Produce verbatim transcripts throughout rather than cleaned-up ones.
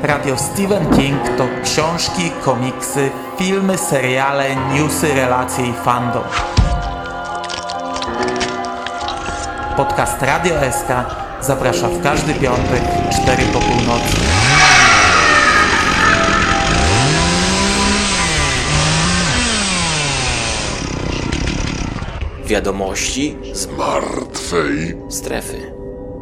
Radio Stephen King to książki, komiksy, filmy, seriale, newsy, relacje i fandom. Podcast Radio S K zaprasza w każdy piątek, cztery po północy. Wiadomości z martwej strefy.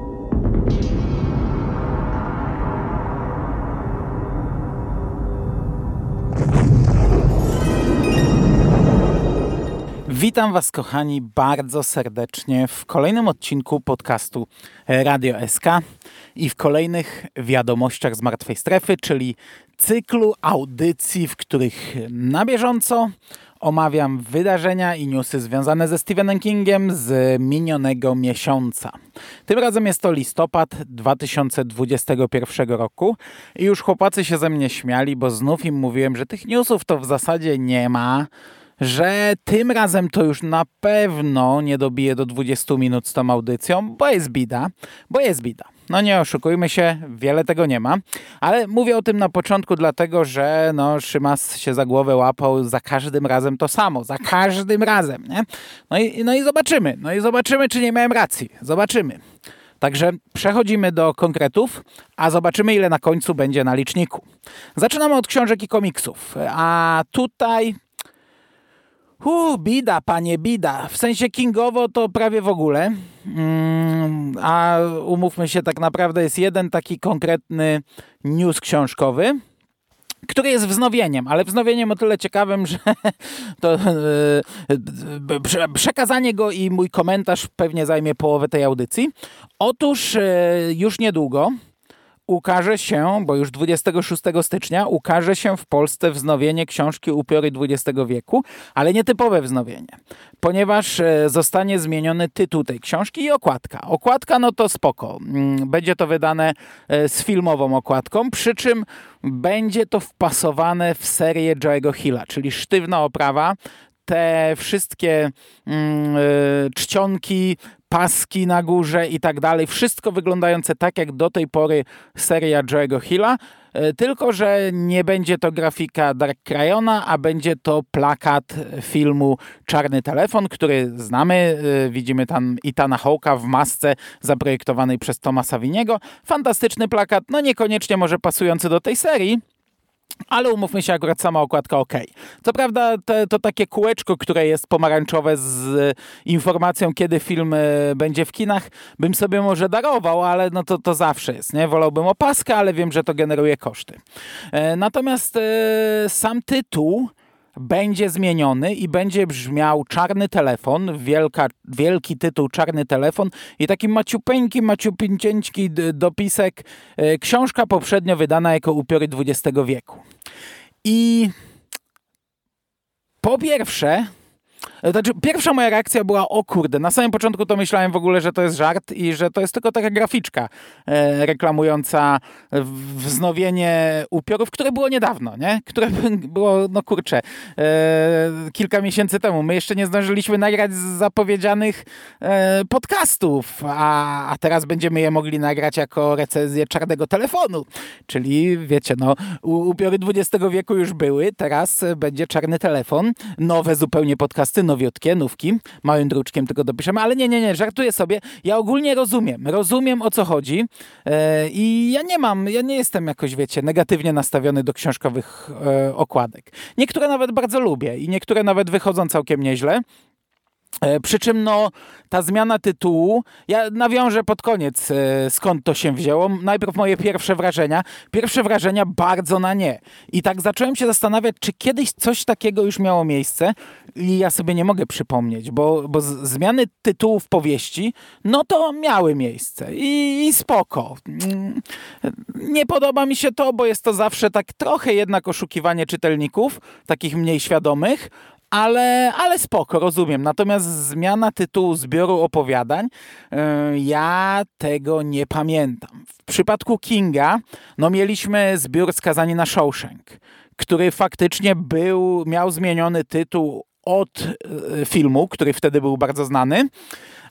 Witam Was, kochani, bardzo serdecznie w kolejnym odcinku podcastu Radio S K i w kolejnych wiadomościach z martwej strefy, czyli cyklu audycji, w których na bieżąco omawiam wydarzenia i newsy związane ze Stephenem Kingiem z minionego miesiąca. Tym razem jest to listopad dwa tysiące dwudziestego pierwszego roku i już chłopacy się ze mnie śmiali, bo znów im mówiłem, że tych newsów to w zasadzie nie ma, że tym razem to już na pewno nie dobije do dwudziestu minut z tą audycją, bo jest bida, bo jest bida. No nie oszukujmy się, wiele tego nie ma, ale mówię o tym na początku dlatego, że no Szymas się za głowę łapał za każdym razem to samo, za każdym razem, nie? No i, no i zobaczymy, no i zobaczymy, czy nie miałem racji, zobaczymy. Także przechodzimy do konkretów, a zobaczymy, ile na końcu będzie na liczniku. Zaczynamy od książek i komiksów, a tutaj... Uuu, bida, panie, bida. W sensie kingowo to prawie w ogóle. Mm, a umówmy się, tak naprawdę jest jeden taki konkretny news książkowy, który jest wznowieniem, ale wznowieniem o tyle ciekawym, że to yy, prze, przekazanie go i mój komentarz pewnie zajmie połowę tej audycji. Otóż yy, już niedługo ukaże się, bo już dwudziestego szóstego stycznia ukaże się w Polsce wznowienie książki Upiory dwudziestego wieku, ale nietypowe wznowienie, ponieważ zostanie zmieniony tytuł tej książki i okładka. Okładka, no to spoko. Będzie to wydane z filmową okładką, przy czym będzie to wpasowane w serię Joe'ego Hilla, czyli sztywna oprawa. Te wszystkie mm, czcionki, paski na górze i tak dalej, wszystko wyglądające tak jak do tej pory seria Joe'ego Hilla, tylko że nie będzie to grafika Dark Crayona, a będzie to plakat filmu Czarny telefon, który znamy, widzimy tam Ethana Hawke'a w masce zaprojektowanej przez Thomasa Winiego. Fantastyczny plakat, no niekoniecznie może pasujący do tej serii, ale umówmy się, akurat sama okładka ok. Co prawda te, to takie kółeczko, które jest pomarańczowe z informacją, kiedy film będzie w kinach, bym sobie może darował, ale no to, to zawsze jest, nie? Wolałbym opaskę, ale wiem, że to generuje koszty. E, natomiast e, sam tytuł będzie zmieniony i będzie brzmiał Czarny telefon, wielka, wielki tytuł Czarny telefon i taki maciupeńki, maciupięcieńki dopisek, e, książka poprzednio wydana jako Upiory dwudziestego wieku. I po pierwsze, znaczy pierwsza moja reakcja była, o kurde, na samym początku to myślałem w ogóle, że to jest żart i że to jest tylko taka graficzka e, reklamująca wznowienie Upiorów, które było niedawno, nie? Które było, no kurczę, e, kilka miesięcy temu. My jeszcze nie zdążyliśmy nagrać z zapowiedzianych e, podcastów, a, a teraz będziemy je mogli nagrać jako recenzję Czarnego telefonu. Czyli wiecie, no Upiory dwudziestego wieku już były, teraz będzie Czarny telefon, nowe zupełnie podcasty, nowiutkie, nówki, małym druczkiem tylko dopiszemy, ale nie, nie, nie, żartuję sobie. Ja ogólnie rozumiem, rozumiem o co chodzi yy, i ja nie mam, ja nie jestem jakoś, wiecie, negatywnie nastawiony do książkowych yy, okładek. Niektóre nawet bardzo lubię i niektóre nawet wychodzą całkiem nieźle. Przy czym no, ta zmiana tytułu, ja nawiążę pod koniec e, skąd to się wzięło. Najpierw moje pierwsze wrażenia. Pierwsze wrażenia bardzo na nie. I tak zacząłem się zastanawiać, czy kiedyś coś takiego już miało miejsce i ja sobie nie mogę przypomnieć, bo, bo z, zmiany tytułów powieści, no to miały miejsce i, i spoko. Nie podoba mi się to, bo jest to zawsze tak trochę jednak oszukiwanie czytelników, takich mniej świadomych, Ale, ale spoko, rozumiem. Natomiast zmiana tytułu zbioru opowiadań, yy, ja tego nie pamiętam. W przypadku Kinga, no mieliśmy zbiór Skazani na Shawshank, który faktycznie był, miał zmieniony tytuł od yy, filmu, który wtedy był bardzo znany,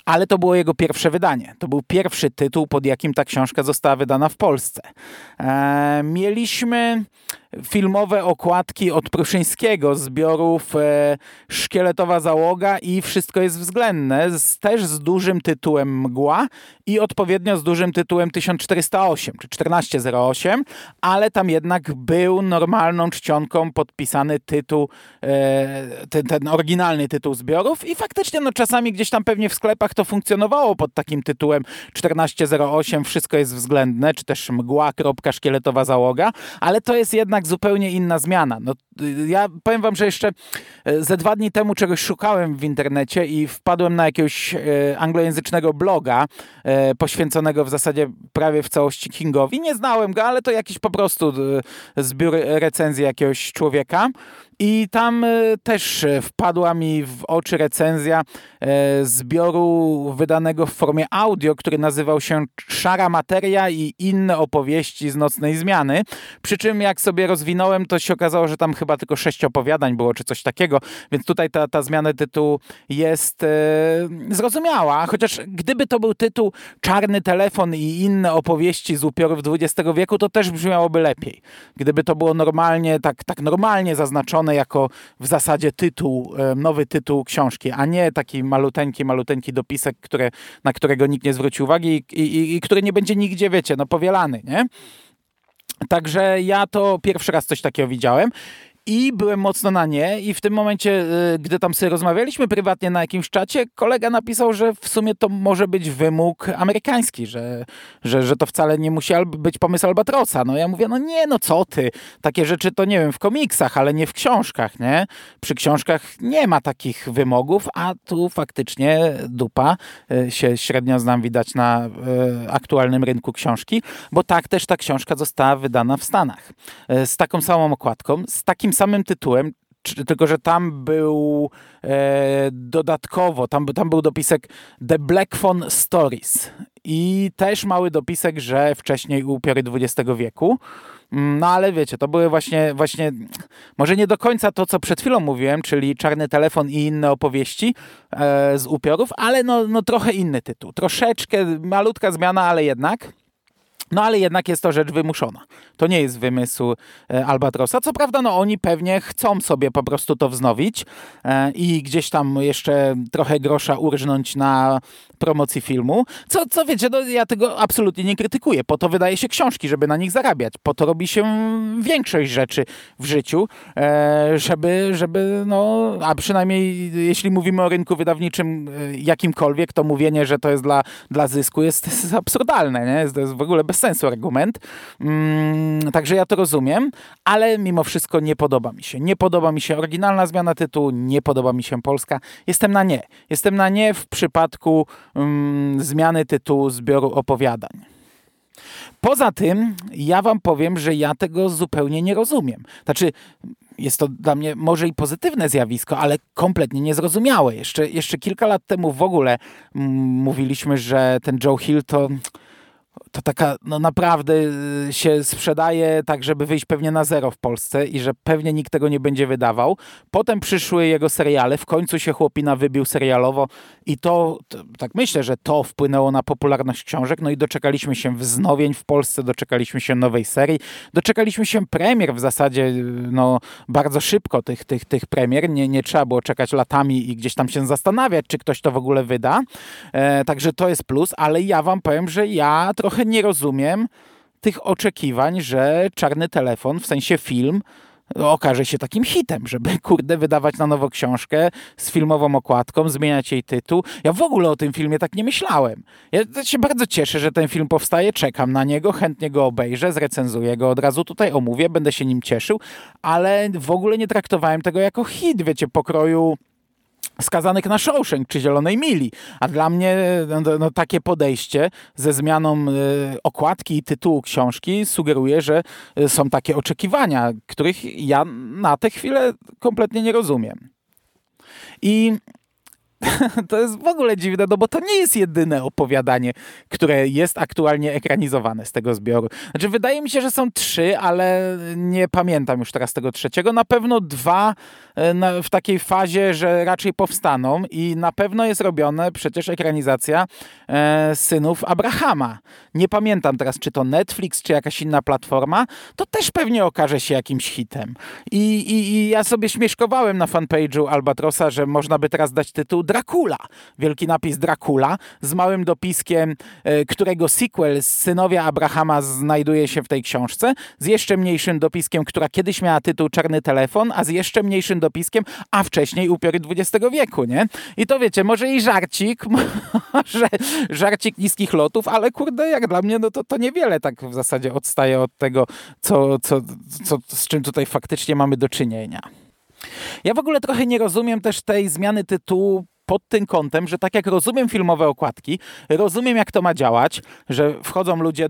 ale to było jego pierwsze wydanie. To był pierwszy tytuł, pod jakim ta książka została wydana w Polsce. E, mieliśmy filmowe okładki od Pruszyńskiego, zbiorów e, Szkieletowa załoga i Wszystko jest względne, z, też z dużym tytułem Mgła i odpowiednio z dużym tytułem tysiąc czterysta osiem, czy czternaście zero osiem, ale tam jednak był normalną czcionką podpisany tytuł, e, ten, ten oryginalny tytuł zbiorów i faktycznie no, czasami gdzieś tam pewnie w sklepach to funkcjonowało pod takim tytułem czternaście zero osiem, Wszystko jest względne, czy też Mgła, kropka, Szkieletowa załoga, ale to jest jednak zupełnie inna zmiana. No, ja powiem wam, że jeszcze ze dwa dni temu czegoś szukałem w internecie i wpadłem na jakiegoś e, anglojęzycznego bloga e, poświęconego w zasadzie prawie w całości Kingowi. Nie znałem go, ale to jakiś po prostu e, zbiór recenzji jakiegoś człowieka. I tam też wpadła mi w oczy recenzja zbioru wydanego w formie audio, który nazywał się Szara materia i inne opowieści z nocnej zmiany. Przy czym jak sobie rozwinąłem, to się okazało, że tam chyba tylko sześć opowiadań było, czy coś takiego. Więc tutaj ta, ta zmiana tytułu jest e, zrozumiała. Chociaż gdyby to był tytuł Czarny telefon i inne opowieści z upiorów dwudziestego wieku, to też brzmiałoby lepiej. Gdyby to było normalnie, tak, tak normalnie zaznaczone jako w zasadzie tytuł, nowy tytuł książki, a nie taki maluteńki, maluteńki dopisek, które, na którego nikt nie zwróci uwagi i, i, i który nie będzie nigdzie, wiecie, no powielany, nie? Także ja to pierwszy raz coś takiego widziałem. I byłem mocno na nie i w tym momencie, gdy tam sobie rozmawialiśmy prywatnie na jakimś czacie, kolega napisał, że w sumie to może być wymóg amerykański, że, że, że to wcale nie musi być pomysł Albatrosa. No ja mówię, no nie, no co ty, takie rzeczy to nie wiem, w komiksach, ale nie w książkach, nie? Przy książkach nie ma takich wymogów, a tu faktycznie dupa się średnio znam widać na y, aktualnym rynku książki, bo tak też ta książka została wydana w Stanach. Y, z taką samą okładką, z takim samym tytułem, tylko że tam był e, dodatkowo, tam, tam był dopisek The Black Phone Stories i też mały dopisek, że wcześniej upiory dwudziestego wieku. No ale wiecie, to były właśnie, właśnie może nie do końca to, co przed chwilą mówiłem, czyli Czarny telefon i inne opowieści e, z upiorów, ale no, no trochę inny tytuł. Troszeczkę malutka zmiana, ale jednak. No ale jednak jest to rzecz wymuszona. To nie jest wymysł e, Albatrosa. Co prawda, no oni pewnie chcą sobie po prostu to wznowić e, i gdzieś tam jeszcze trochę grosza urżnąć na promocji filmu. Co, co wiecie, no, ja tego absolutnie nie krytykuję. Po to wydaje się książki, żeby na nich zarabiać. Po to robi się większość rzeczy w życiu, e, żeby, żeby, no, a przynajmniej jeśli mówimy o rynku wydawniczym e, jakimkolwiek, to mówienie, że to jest dla, dla zysku jest, jest absurdalne, nie? To jest w ogóle bez sensu argument. Mm, także ja to rozumiem, ale mimo wszystko nie podoba mi się. Nie podoba mi się oryginalna zmiana tytułu, nie podoba mi się polska. Jestem na nie. Jestem na nie w przypadku mm, zmiany tytułu zbioru opowiadań. Poza tym, ja wam powiem, że ja tego zupełnie nie rozumiem. Znaczy, jest to dla mnie może i pozytywne zjawisko, ale kompletnie niezrozumiałe. Jeszcze, jeszcze kilka lat temu w ogóle mm, mówiliśmy, że ten Joe Hill to... to taka, no naprawdę się sprzedaje tak, żeby wyjść pewnie na zero w Polsce i że pewnie nikt tego nie będzie wydawał. Potem przyszły jego seriale, w końcu się chłopina wybił serialowo i to, to, tak myślę, że to wpłynęło na popularność książek, no i doczekaliśmy się wznowień w Polsce, doczekaliśmy się nowej serii, doczekaliśmy się premier w zasadzie, no bardzo szybko tych, tych, tych premier, nie, nie trzeba było czekać latami i gdzieś tam się zastanawiać, czy ktoś to w ogóle wyda, e, także to jest plus, ale ja wam powiem, że ja trochę nie rozumiem tych oczekiwań, że Czarny telefon, w sensie film, okaże się takim hitem, żeby, kurde, wydawać na nowo książkę z filmową okładką, zmieniać jej tytuł. Ja w ogóle o tym filmie tak nie myślałem. Ja się bardzo cieszę, że ten film powstaje, czekam na niego, chętnie go obejrzę, zrecenzuję go, od razu tutaj omówię, będę się nim cieszył, ale w ogóle nie traktowałem tego jako hit, wiecie, pokroju Skazanych na Shawshank czy Zielonej Mili. A dla mnie no, no, takie podejście ze zmianą y, okładki i tytułu książki sugeruje, że y, są takie oczekiwania, których ja na tę chwilę kompletnie nie rozumiem. I to jest w ogóle dziwne, no bo to nie jest jedyne opowiadanie, które jest aktualnie ekranizowane z tego zbioru. Znaczy, wydaje mi się, że są trzy, ale nie pamiętam już teraz tego trzeciego. Na pewno dwa na, w takiej fazie, że raczej powstaną i na pewno jest robione przecież ekranizacja e, Synów Abrahama. Nie pamiętam teraz, czy to Netflix, czy jakaś inna platforma. To też pewnie okaże się jakimś hitem. I, i, i ja sobie śmieszkowałem na fanpage'u Albatrosa, że można by teraz dać tytuł Dracula. Wielki napis Dracula z małym dopiskiem, e, którego sequel Synowie Abrahama znajduje się w tej książce, z jeszcze mniejszym dopiskiem, która kiedyś miała tytuł Czarny telefon, a z jeszcze mniejszym dopiskiem, a wcześniej Upiory dwudziestego wieku, nie? I to wiecie, może i żarcik, może żarcik niskich lotów, ale kurde, jak dla mnie, no to, to niewiele tak w zasadzie odstaje od tego, co, co, co, z czym tutaj faktycznie mamy do czynienia. Ja w ogóle trochę nie rozumiem też tej zmiany tytułu pod tym kątem, że tak jak rozumiem filmowe okładki, rozumiem jak to ma działać, że wchodzą ludzie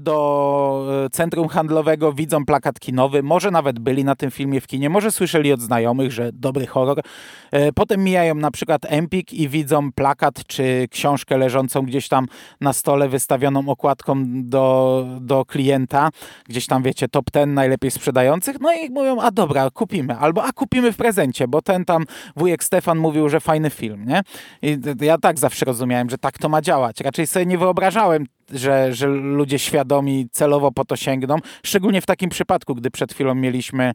do centrum handlowego, widzą plakat kinowy, może nawet byli na tym filmie w kinie, może słyszeli od znajomych, że dobry horror. Potem mijają na przykład Empik i widzą plakat czy książkę leżącą gdzieś tam na stole wystawioną okładką do, do klienta, gdzieś tam wiecie, top ten najlepiej sprzedających, no i mówią, a dobra, kupimy, albo a kupimy w prezencie, bo ten tam wujek Stefan mówił, że fajny film, nie? I ja tak zawsze rozumiałem, że tak to ma działać. Raczej sobie nie wyobrażałem, że, że ludzie świadomi celowo po to sięgną. Szczególnie w takim przypadku, gdy przed chwilą mieliśmy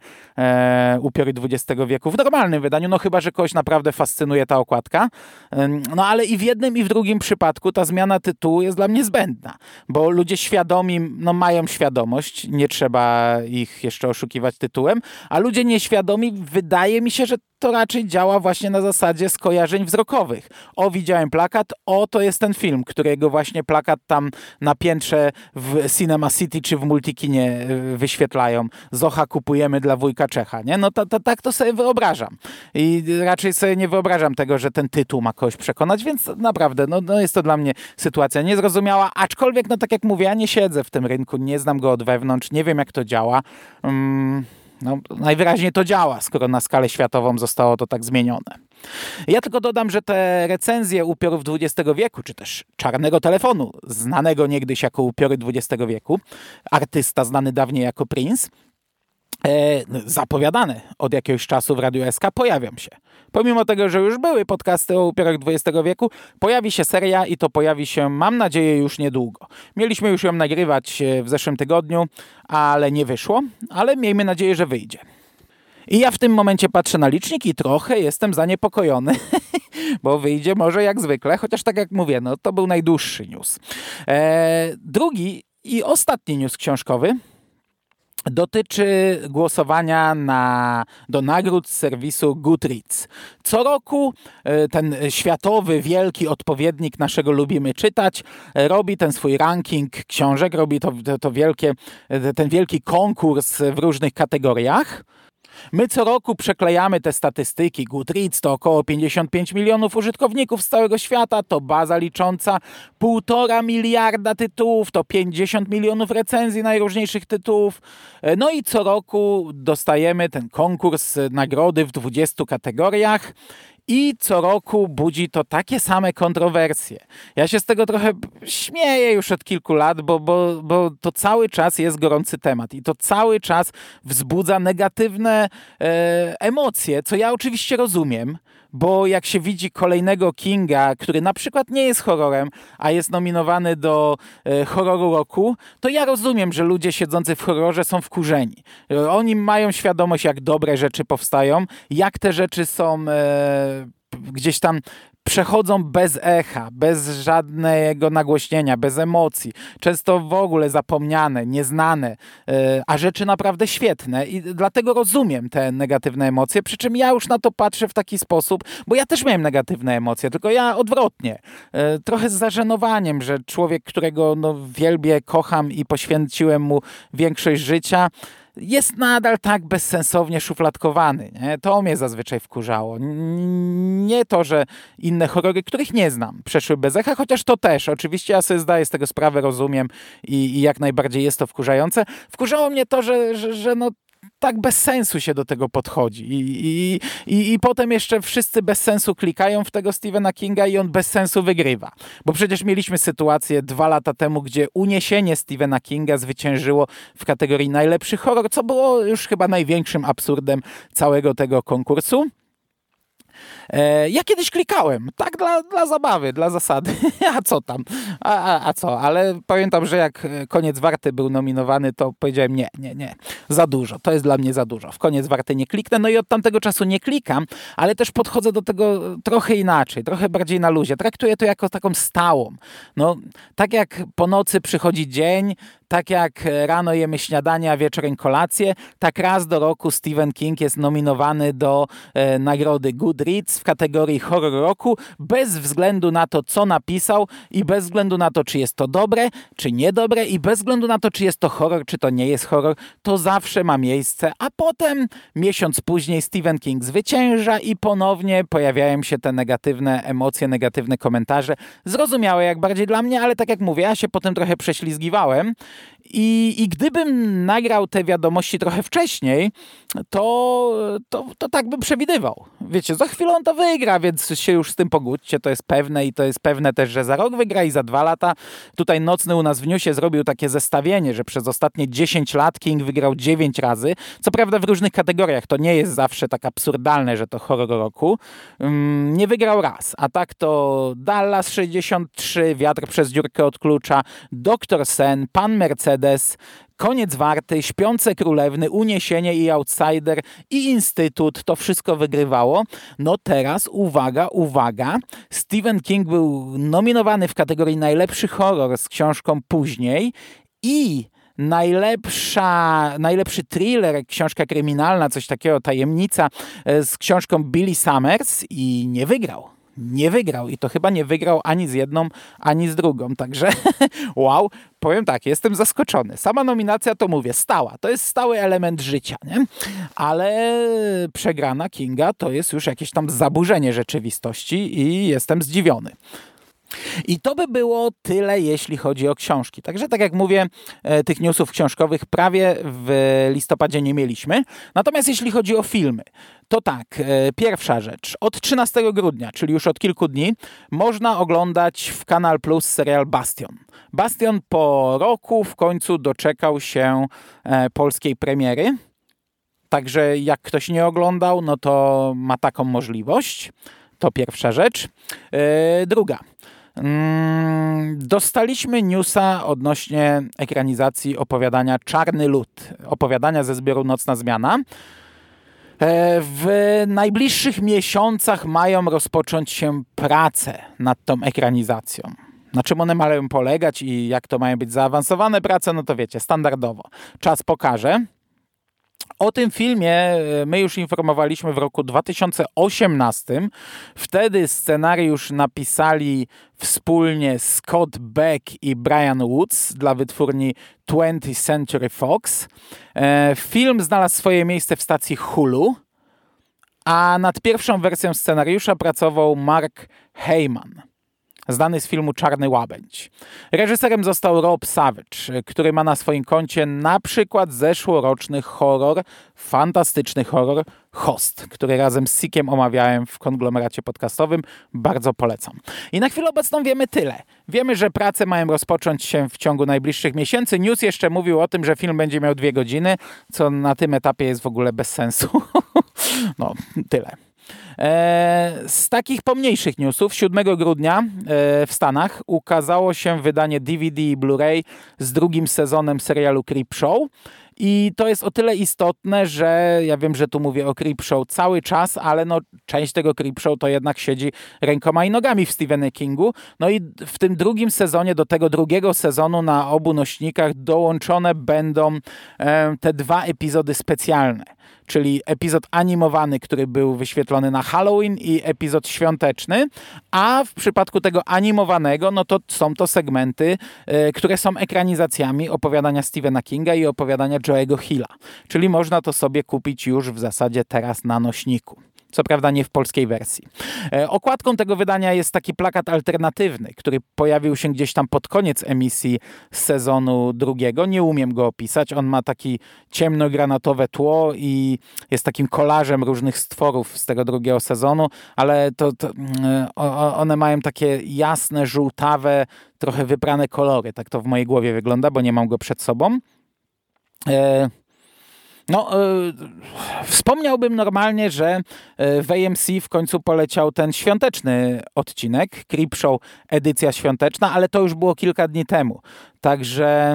e, Upiory dwudziestego wieku w normalnym wydaniu, no chyba, że kogoś naprawdę fascynuje ta okładka. E, no ale i w jednym i w drugim przypadku ta zmiana tytułu jest dla mnie zbędna, bo ludzie świadomi, no mają świadomość, nie trzeba ich jeszcze oszukiwać tytułem, a ludzie nieświadomi, wydaje mi się, że to raczej działa właśnie na zasadzie skojarzeń wzrokowych. O, widziałem plakat, o, to jest ten film, którego właśnie plakat tam na piętrze w Cinema City czy w Multikinie wyświetlają. Zocha kupujemy dla wujka Czecha, nie? No to, to, tak to sobie wyobrażam. I raczej sobie nie wyobrażam tego, że ten tytuł ma kogoś przekonać, więc naprawdę, no, no jest to dla mnie sytuacja niezrozumiała, aczkolwiek, no tak jak mówię, ja nie siedzę w tym rynku, nie znam go od wewnątrz, nie wiem jak to działa. Um, No, najwyraźniej to działa, skoro na skalę światową zostało to tak zmienione. Ja tylko dodam, że te recenzje upiorów dwudziestego wieku, czy też Czarnego telefonu, znanego niegdyś jako Upiory dwudziestego wieku, artysta znany dawniej jako Prince, E, zapowiadane od jakiegoś czasu w Radiu S K, pojawią się. Pomimo tego, że już były podcasty o upiorach dwudziestego wieku, pojawi się seria i to pojawi się, mam nadzieję, już niedługo. Mieliśmy już ją nagrywać w zeszłym tygodniu, ale nie wyszło, ale miejmy nadzieję, że wyjdzie. I ja w tym momencie patrzę na licznik i trochę jestem zaniepokojony, bo wyjdzie może jak zwykle, chociaż tak jak mówię, no to był najdłuższy news. E, drugi i ostatni news książkowy dotyczy głosowania na, do nagród z serwisu Goodreads. Co roku ten światowy, wielki odpowiednik naszego Lubimy Czytać robi ten swój ranking książek, robi to, to wielkie, ten wielki konkurs w różnych kategoriach. My co roku przeklejamy te statystyki. Goodreads to około pięćdziesiąt pięć milionów użytkowników z całego świata, to baza licząca półtora miliarda tytułów, to pięćdziesiąt milionów recenzji najróżniejszych tytułów. No i co roku dostajemy ten konkurs, nagrody w dwudziestu kategoriach. I co roku budzi to takie same kontrowersje. Ja się z tego trochę śmieję już od kilku lat, bo, bo, bo to cały czas jest gorący temat i to cały czas wzbudza negatywne e, emocje, co ja oczywiście rozumiem, bo jak się widzi kolejnego Kinga, który na przykład nie jest horrorem, a jest nominowany do e, horroru roku, to ja rozumiem, że ludzie siedzący w horrorze są wkurzeni. Oni mają świadomość, jak dobre rzeczy powstają, jak te rzeczy są e, gdzieś tam przechodzą bez echa, bez żadnego nagłośnienia, bez emocji. Często w ogóle zapomniane, nieznane, a rzeczy naprawdę świetne. I dlatego rozumiem te negatywne emocje, przy czym ja już na to patrzę w taki sposób, bo ja też miałem negatywne emocje, tylko ja odwrotnie. Trochę z zażenowaniem, że człowiek, którego no, wielbię, kocham i poświęciłem mu większość życia, jest nadal tak bezsensownie szufladkowany. Nie? To mnie zazwyczaj wkurzało. Nie to, że inne horrory, których nie znam, przeszły bez echa, chociaż to też. Oczywiście ja sobie zdaję z tego sprawę, rozumiem i, i jak najbardziej jest to wkurzające. Wkurzało mnie to, że, że, że no tak bez sensu się do tego podchodzi. I, i, i, I potem jeszcze wszyscy bez sensu klikają w tego Stephena Kinga i on bez sensu wygrywa. Bo przecież mieliśmy sytuację dwa lata temu, gdzie Uniesienie Stephena Kinga zwyciężyło w kategorii najlepszy horror, co było już chyba największym absurdem całego tego konkursu. Ja kiedyś klikałem, tak dla, dla zabawy, dla zasady, a co tam, a, a, a co, ale pamiętam, że jak Koniec Warty był nominowany, to powiedziałem nie, nie, nie, za dużo, to jest dla mnie za dużo, w Koniec Warty nie kliknę, no i od tamtego czasu nie klikam, ale też podchodzę do tego trochę inaczej, trochę bardziej na luzie, traktuję to jako taką stałą, no tak jak po nocy przychodzi dzień, tak jak rano jemy śniadanie, a wieczorem kolację, tak raz do roku Stephen King jest nominowany do e, nagrody Goodreads w kategorii horror roku, bez względu na to, co napisał i bez względu na to, czy jest to dobre, czy niedobre i bez względu na to, czy jest to horror, czy to nie jest horror, to zawsze ma miejsce, a potem miesiąc później Stephen King zwycięża i ponownie pojawiają się te negatywne emocje, negatywne komentarze. Zrozumiałe jak bardziej dla mnie, ale tak jak mówię, ja się potem trochę prześlizgiwałem. I, I gdybym nagrał te wiadomości trochę wcześniej, to, to, to tak bym przewidywał. Wiecie, za chwilę on to wygra, więc się już z tym pogódźcie, to jest pewne i to jest pewne też, że za rok wygra i za dwa lata. Tutaj Nocny u nas w newsie zrobił takie zestawienie, że przez ostatnie dziesięć lat King wygrał dziewięć razy. Co prawda w różnych kategoriach, to nie jest zawsze tak absurdalne, że to horror roku. Um, nie wygrał raz, a tak to Dallas sześćdziesiąt trzy, Wiatr przez dziurkę od klucza, Doktor Sen, Pan Mercedes, Koniec Warty, Śpiące Królewny, Uniesienie i Outsider i Instytut, to wszystko wygrywało. No teraz, uwaga, uwaga, Stephen King był nominowany w kategorii najlepszy horror z książką Później i najlepsza, najlepszy thriller, książka kryminalna, coś takiego, Tajemnica, z książką Billy Summers i nie wygrał. Nie wygrał i to chyba nie wygrał ani z jedną, ani z drugą. Także wow, powiem tak, jestem zaskoczony. Sama nominacja to mówię, stała. To jest stały element życia, nie? Ale przegrana Kinga to jest już jakieś tam zaburzenie rzeczywistości i jestem zdziwiony. I to by było tyle, jeśli chodzi o książki. Także tak jak mówię, tych newsów książkowych prawie w listopadzie nie mieliśmy. Natomiast jeśli chodzi o filmy, to tak, pierwsza rzecz. Od trzynastego grudnia, czyli już od kilku dni, można oglądać w Kanal Plus serial Bastion. Bastion po roku w końcu doczekał się polskiej premiery. Także jak ktoś nie oglądał, no to ma taką możliwość. To pierwsza rzecz. Druga. Dostaliśmy newsa odnośnie ekranizacji opowiadania Czarny Lud, opowiadania ze zbioru Nocna Zmiana. W najbliższych miesiącach mają rozpocząć się prace nad tą ekranizacją. Na czym one mają polegać i jak to mają być zaawansowane prace, no to wiecie, standardowo. Czas pokaże. O tym filmie my już informowaliśmy w roku dwa tysiące osiemnastym. Wtedy scenariusz napisali wspólnie Scott Beck i Brian Woods dla wytwórni twentieth Century Fox. Film znalazł swoje miejsce w stacji Hulu, a nad pierwszą wersją scenariusza pracował Mark Heyman, znany z filmu Czarny Łabędź. Reżyserem został Rob Savage, który ma na swoim koncie na przykład zeszłoroczny horror, fantastyczny horror Host, który razem z Sikiem omawiałem w konglomeracie podcastowym. Bardzo polecam. I na chwilę obecną wiemy tyle. Wiemy, że prace mają rozpocząć się w ciągu najbliższych miesięcy. News jeszcze mówił o tym, że film będzie miał dwie godziny, co na tym etapie jest w ogóle bez sensu. No, tyle. Z takich pomniejszych newsów siódmego grudnia w Stanach ukazało się wydanie D V D i Blu-ray z drugim sezonem serialu Creepshow. I to jest o tyle istotne, że ja wiem, że tu mówię o Creepshow cały czas, ale no część tego Creepshow to jednak siedzi rękoma i nogami w Stephenie Kingu. No i w tym drugim sezonie, do tego drugiego sezonu na obu nośnikach dołączone będą e, te dwa epizody specjalne. Czyli epizod animowany, który był wyświetlony na Halloween i epizod świąteczny, a w przypadku tego animowanego, no to są to segmenty, y, które są ekranizacjami opowiadania Stephena Kinga i opowiadania Joe'ego Hilla. Czyli można to sobie kupić już w zasadzie teraz na nośniku. Co prawda nie w polskiej wersji. E, okładką tego wydania jest taki plakat alternatywny, który pojawił się gdzieś tam pod koniec emisji z sezonu drugiego. Nie umiem go opisać. On ma taki ciemnogranatowe tło i jest takim kolażem różnych stworów z tego drugiego sezonu, ale to, to o, one mają takie jasne, żółtawe, trochę wyprane kolory. Tak to w mojej głowie wygląda, bo nie mam go przed sobą. E, No, y, wspomniałbym normalnie, że w A M C w końcu poleciał ten świąteczny odcinek, Creepshow edycja świąteczna, ale to już było kilka dni temu. Także,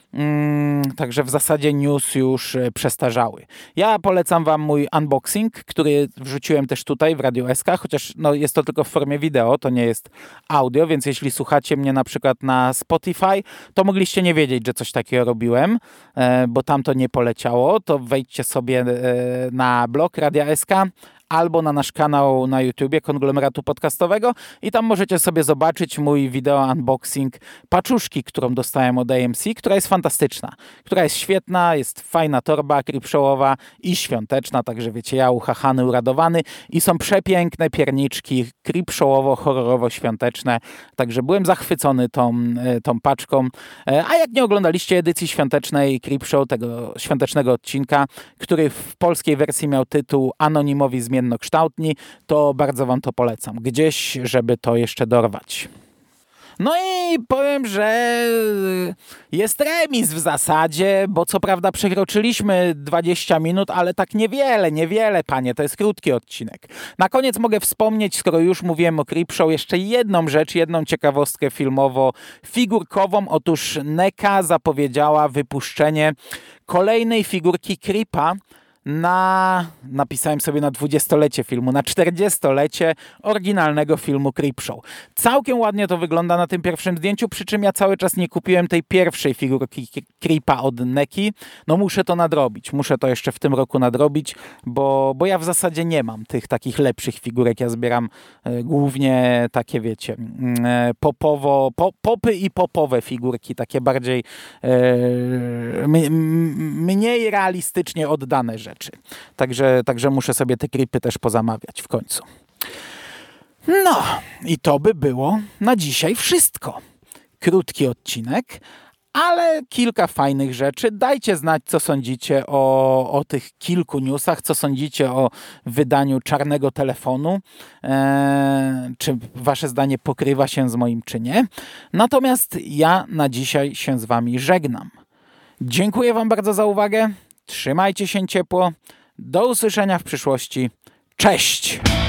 mm, także w zasadzie news już przestarzały. Ja polecam wam mój unboxing, który wrzuciłem też tutaj w Radio S K, chociaż no, jest to tylko w formie wideo, to nie jest audio, więc jeśli słuchacie mnie na przykład na Spotify, to mogliście nie wiedzieć, że coś takiego robiłem, bo tam to nie poleciało. To wejdźcie sobie na blog Radia S K albo na nasz kanał na YouTubie Konglomeratu Podcastowego i tam możecie sobie zobaczyć mój wideo unboxing paczuszki, którą dostałem od A M C, która jest fantastyczna, która jest świetna, jest fajna torba creepshowowa i świąteczna, także wiecie, ja uchachany, uradowany i są przepiękne pierniczki creepshowowo-horrorowo-świąteczne, także byłem zachwycony tą, tą paczką, a jak nie oglądaliście edycji świątecznej Creepshow, tego świątecznego odcinka, który w polskiej wersji miał tytuł Anonimowi zmiennokształtni, to bardzo wam to polecam. Gdzieś, żeby to jeszcze dorwać. No i powiem, że jest remis w zasadzie, bo co prawda przekroczyliśmy dwadzieścia minut, ale tak niewiele, niewiele, panie, to jest krótki odcinek. Na koniec mogę wspomnieć, skoro już mówiłem o Creepshow, jeszcze jedną rzecz, jedną ciekawostkę filmowo-figurkową. Otóż Neka zapowiedziała wypuszczenie kolejnej figurki Creepa na, napisałem sobie na dwudziestolecie filmu, na czterdziestolecie oryginalnego filmu Creepshow. Całkiem ładnie to wygląda na tym pierwszym zdjęciu, przy czym ja cały czas nie kupiłem tej pierwszej figurki Creepa od Neki. No muszę to nadrobić, muszę to jeszcze w tym roku nadrobić, bo, bo ja w zasadzie nie mam tych takich lepszych figurek. Ja zbieram e, głównie takie, wiecie, e, popowo, po, popy i popowe figurki, takie bardziej e, m, m, mniej realistycznie oddane rzeczy. Także, także muszę sobie te creepy też pozamawiać w końcu. No i to by było na dzisiaj wszystko. Krótki odcinek, ale kilka fajnych rzeczy. Dajcie znać, co sądzicie o, o tych kilku newsach, co sądzicie o wydaniu czarnego telefonu. Eee, czy wasze zdanie pokrywa się z moim, czy nie. Natomiast ja na dzisiaj się z wami żegnam. Dziękuję wam bardzo za uwagę. Trzymajcie się ciepło. Do usłyszenia w przyszłości. Cześć!